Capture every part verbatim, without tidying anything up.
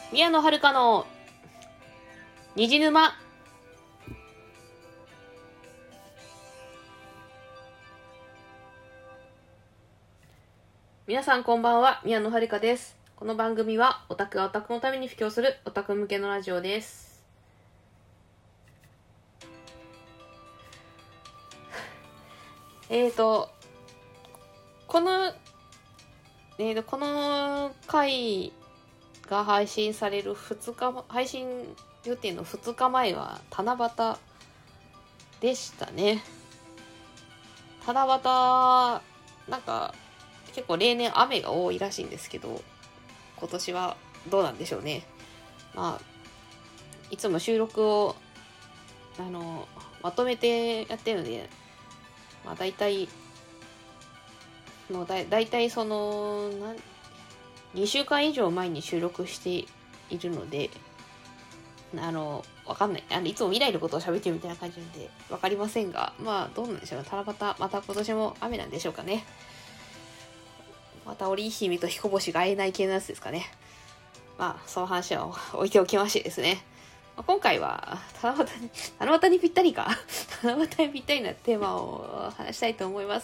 宮野遥の虹沼。皆さんこんばんは、宮野遥です。この番組はオタクがオタクのために布教するオタク向けのラジオです。えーとこのえーとこの回が配信されるふつか、配信予定のふつかまえは七夕でしたね。七夕なんか結構例年雨が多いらしいんですけど、今年はどうなんでしょうね。まあいつも収録をあのまとめてやってるので、まあ大体もうだだいたいそのなんにしゅうかん以上前に収録しているので、あのわかんない、あのいつも未来のことを喋ってるみたいな感じなんでわかりませんが、まあどうなんでしょう。七夕また今年も雨なんでしょうかね。また織姫と彦星が会えない系のやつですかね。まあその話は置いておきましてですね、まあ、今回は七夕に七夕にぴったりか七夕にぴったりなテーマを話したいと思います。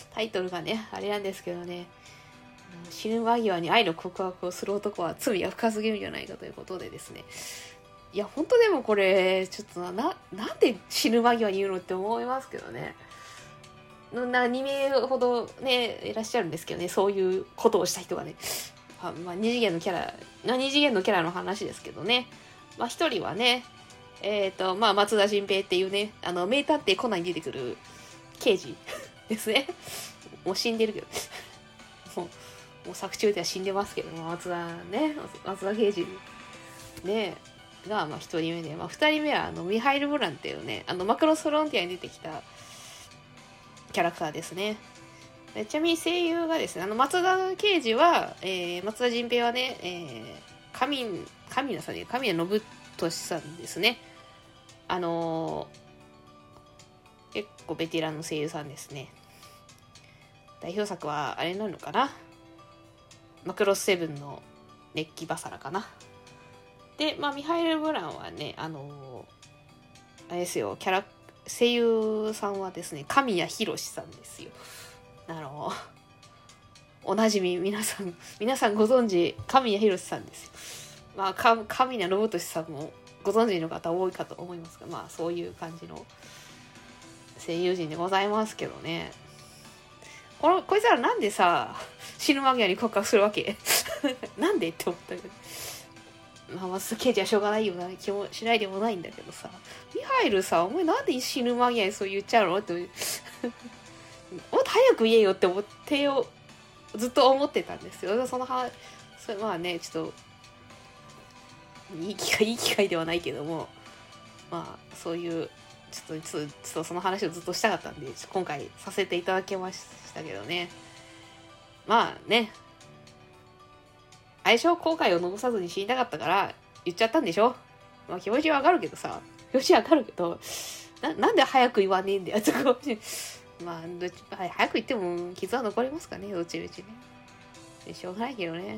タイトルがねあれなんですけどね、死ぬ間際に愛の告白をする男は罪が深すぎるんじゃないかということでですね、いや本当でもこれちょっとなななんで死ぬ間際に言うのって思いますけどね。なにめいほどねいらっしゃるんですけどね、そういうことをした人がね。あ、まあ、二次元のキャラ二次元のキャラの話ですけどね。まあ一人はね、えっ、ー、とまあ松田迅平っていうね、あの名探偵コナンに出てくる刑事ですね。もう死んでるけどもうもう作中では死んでますけども、松田ね松田刑事ねがまあ一人目で、まあ二人目はあのミハイル・ブランっていうね、あのマクロスフロンティアに出てきたキャラクターですね。ちなみに声優がですね、あの松田刑事は、えー、松田迅平はね、えー、神神野さんで神野信俊さんですね。あのー、結構ベテランの声優さんですね。代表作はあれなのかな、マクロスセブンの熱気バサラかな。で、まあミハイル・ブランはね、あのー、あれですよ、キャラ声優さんはですね、神谷博さんですよ。あのおなじみ、皆さん皆さんご存知神谷博さんですよ。まあか神谷信俊さんもご存知の方多いかと思いますが、まあそういう感じの声優陣でございますけどね。このこいつらなんでさ死ぬ間際に告白するわけなんでって思ったけど、まあ松田刑事はしょうがないような気もしないでもないんだけどさ、ミハイルさ、お前なんで死ぬ間際にそう言っちゃうのってもっと早く言えよって思ってをずっと思ってたんですよ。そのはそれまあね、ちょっといい機会いい機会ではないけども、まあそういうちょっとちょっとちょっとその話をずっとしたかったんで今回させていただきましたけどね。まあね、相性後悔を残さずに死にたかったから言っちゃったんでしょ。まあ気持ちはわかるけどさ、気持ちはわかるけどな、なんで早く言わねえんだよとかまあどっち、はい、早く言っても傷は残りますかね、どっちみちね。しょうがないけどね。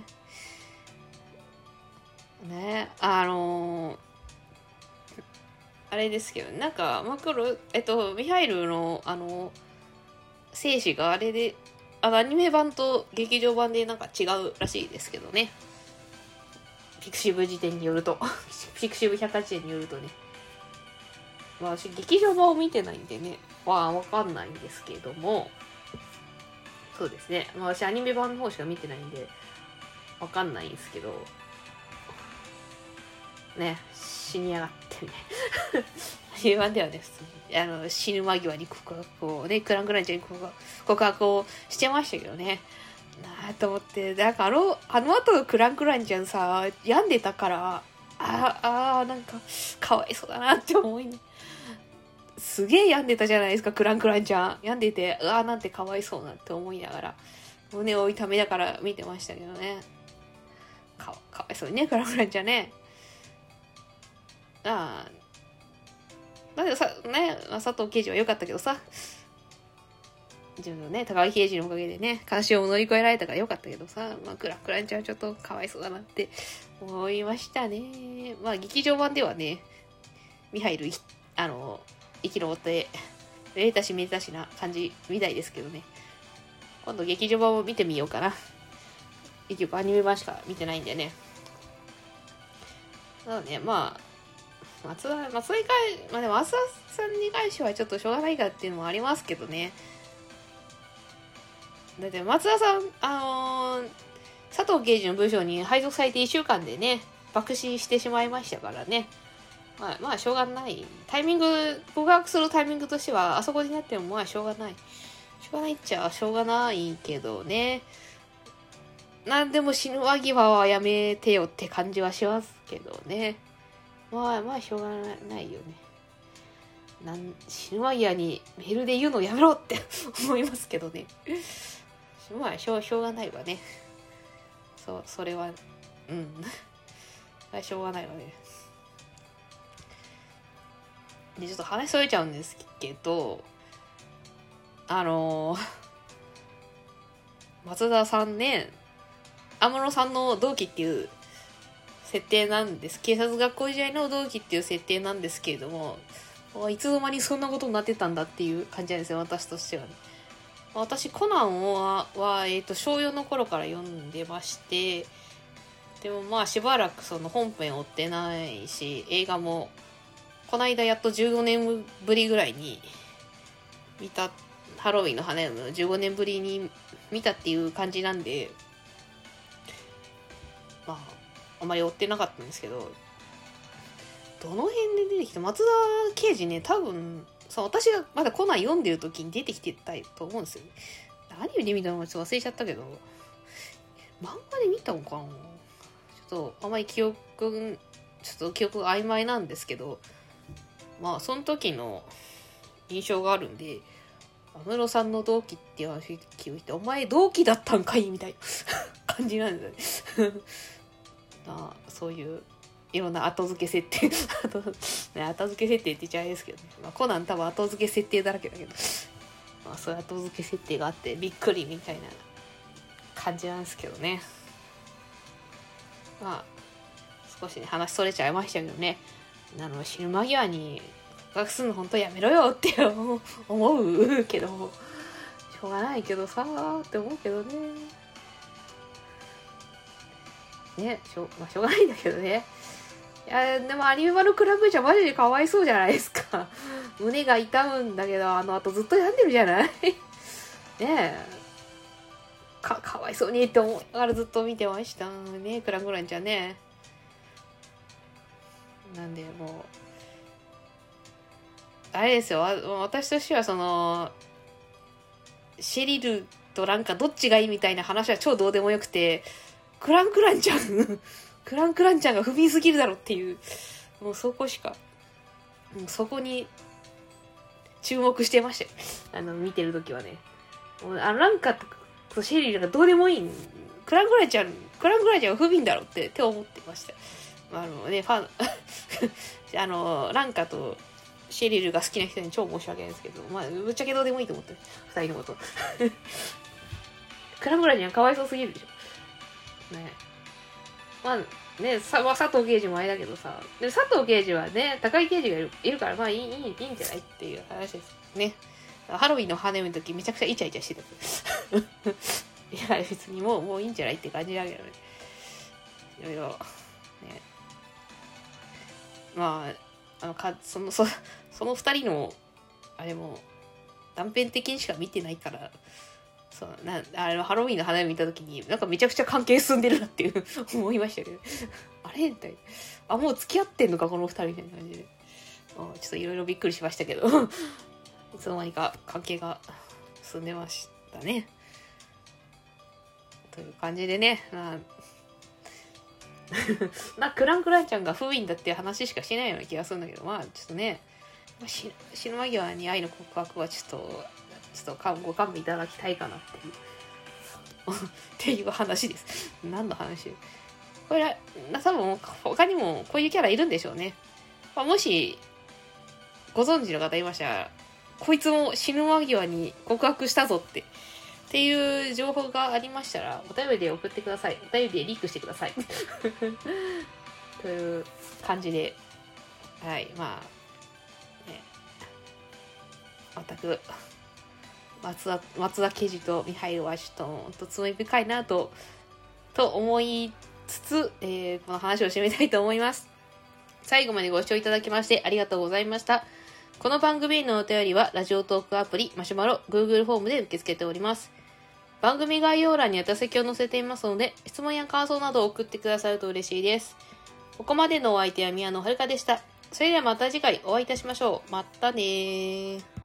ね、あのー、あれですけど、なんかマクロえっとミハイルのあの生死があれで、あのアニメ版と劇場版でなんか違うらしいですけどね。ピクシブ辞典によるとピクシブ百科事典によるとね。まあ私劇場版を見てないんでね、まあわかんないんですけども、そうですね。まあ私アニメ版の方しか見てないんでわかんないんですけどね、死にやがってねアニメ版ではね、普通にあの死ぬ間際に告白をね、クランクランちゃんに告白告白をしてましたけどね。なあと思って、なんかあのあの後のクランクランちゃんさ病んでたから、ああなんかかわいそうだなって思いね。すげえ病んでたじゃないですか、クランクランちゃん。病んでて、うわーなんてかわいそうなって思いながら、胸を痛めながら見てましたけどね。か, かわいそうにね、クランクランちゃんね。ああ。だけどさ、ね、佐藤刑事は良かったけどさ、 自分のね、高木刑事のおかげでね、監視を乗り越えられたからよかったけどさ、まあ、クラクランちゃんはちょっとかわいそうだなって思いましたね。まあ、劇場版ではね、ミハイル、あの、生き残って、めでたしめでたしな感じみたいですけどね。今度劇場版を見てみようかな。結局アニメ版しか見てないんでね。なので、まあ、松田、松田に関し、まあでも松田さんに関してはちょっとしょうがないかっていうのもありますけどね。だって松田さん、あのー、佐藤刑事の部署に配属されていっしゅうかんでね、爆死してしまいましたからね。まあ、まあ、しょうがない。タイミング、告白するタイミングとしては、あそこになってもまあ、しょうがない。しょうがないっちゃ、しょうがないけどね。なんでも死ぬ間際はやめてよって感じはしますけどね。まあ、まあ、しょうがないよね。なん死ぬ間際にメールで言うのやめろって思いますけどね。まあしょう、しょうがないわね。そう、それは、うん。しょうがないわね。で、ちょっと話それちゃうんですけど、あのー、松田さんね、安室さんの同期っていう設定なんです。警察学校時代の同期っていう設定なんですけれども、いつの間にそんなことになってたんだっていう感じなんですよ、私としてはね。私、コナンは、はえっと、小よんの頃から読んでまして、でもまあしばらくその本編追ってないし、映画も、この間やっとじゅうごねんぶりぐらいに見た、ハロウィンの花嫁をじゅうごねんぶりに見たっていう感じなんで、まあ、あんまり追ってなかったんですけど、どの辺で出てきた松田刑事ね、多分、そう、私がまだコナン読んでる時に出てきてたと思うんですよ。何で見たのかちょっと忘れちゃったけど、漫画で見たのかな、ちょっとあまり記憶、ちょっと記憶が曖昧なんですけど、まあ、その時の印象があるんで、安室さんの同期って話聞いて、お前同期だったんかいみたいな感じなんですよね。ああ、そういう、いろんな後付け設定ね、後付け設定って言っちゃあれですけどね、まあ、コナン多分後付け設定だらけだけど、まあ、そういう後付け設定があってびっくりみたいな感じなんですけどね。まあ少しね話それちゃいましたけどね、あの死ぬ間際に告白するの本当やめろよって思うけど、しょうがないけどさーって思うけどね。ね、しょう、まあ、しょうがないんだけどね。いや、でもアニメ版のクラブじゃマジでかわいそうじゃないですか。胸が痛むんだけど、あの後ずっと病んでるじゃないねえ。か、かわいそうにって思いながらずっと見てましたね、クラングランちゃんね。なんで、もう、あれですよ、私としてはその、シェリルとランカどっちがいいみたいな話は超どうでもよくて、クランクランちゃんクランクランちゃんが不憫すぎるだろっていう、もうそこしか、もうそこに注目してましたよ。あの、見てるときはね。もうあのランカとシェリーがどうでもいい。クランクランちゃん、クランクランちゃんが不憫だろってって思ってました。あのね、ファン、あの、ランカとシェリルが好きな人に超申し訳ないですけど、まあ、ぶっちゃけどうでもいいと思って、二人のこと。クランクランちゃんかわいそうすぎるでしょ。ね、まあね、さ佐藤刑事もあれだけどさ、で佐藤刑事はね、高井刑事がいるいるから、まあいい、いい、いいんじゃないっていう話ですね。ハロウィンの羽の時めちゃくちゃイチャイチャしてた。いや、別にもう、もういいんじゃないって感じだけどね。いろいろ、ね。まあ、あの、か、その、そ、その二人の、あれも、断片的にしか見てないから、そうなあれハロウィンの花を見たときになんかめちゃくちゃ関係進んでるなっていう思いましたけどあれみたいな、あもう付き合ってんのかこの二人みたいな感じで、あちょっといろいろびっくりしましたけどいつの間にか関係が進んでましたねという感じでね、まあまあクランクランちゃんが不憫だっていう話しかしてないような気がするんだけど、まあちょっとね、まあ、死ぬ間際に愛の告白はちょっとちょっとご勘弁いただきたいかなっていうっていう話です。何の話？これ多分他にもこういうキャラいるんでしょうね。まあ、もしご存知の方いましたらこいつも死ぬ間際に告白したぞって、っていう情報がありましたら、お便りで送ってください。お便りでリークしてください。という感じで、はい、まあ、ね、全く、松田、松田刑事とミハイルはちょっと、ほんと罪深いなと、と思いつつ、えー、この話を締めたいと思います。最後までご視聴いただきましてありがとうございました。この番組へのお便りは、ラジオトークアプリ、マシュマロ、Google フォームで受け付けております。番組概要欄に宛先を載せていますので、質問や感想などを送ってくださると嬉しいです。ここまでのお相手は宮野遥でした。それではまた次回お会いいたしましょう。またねー。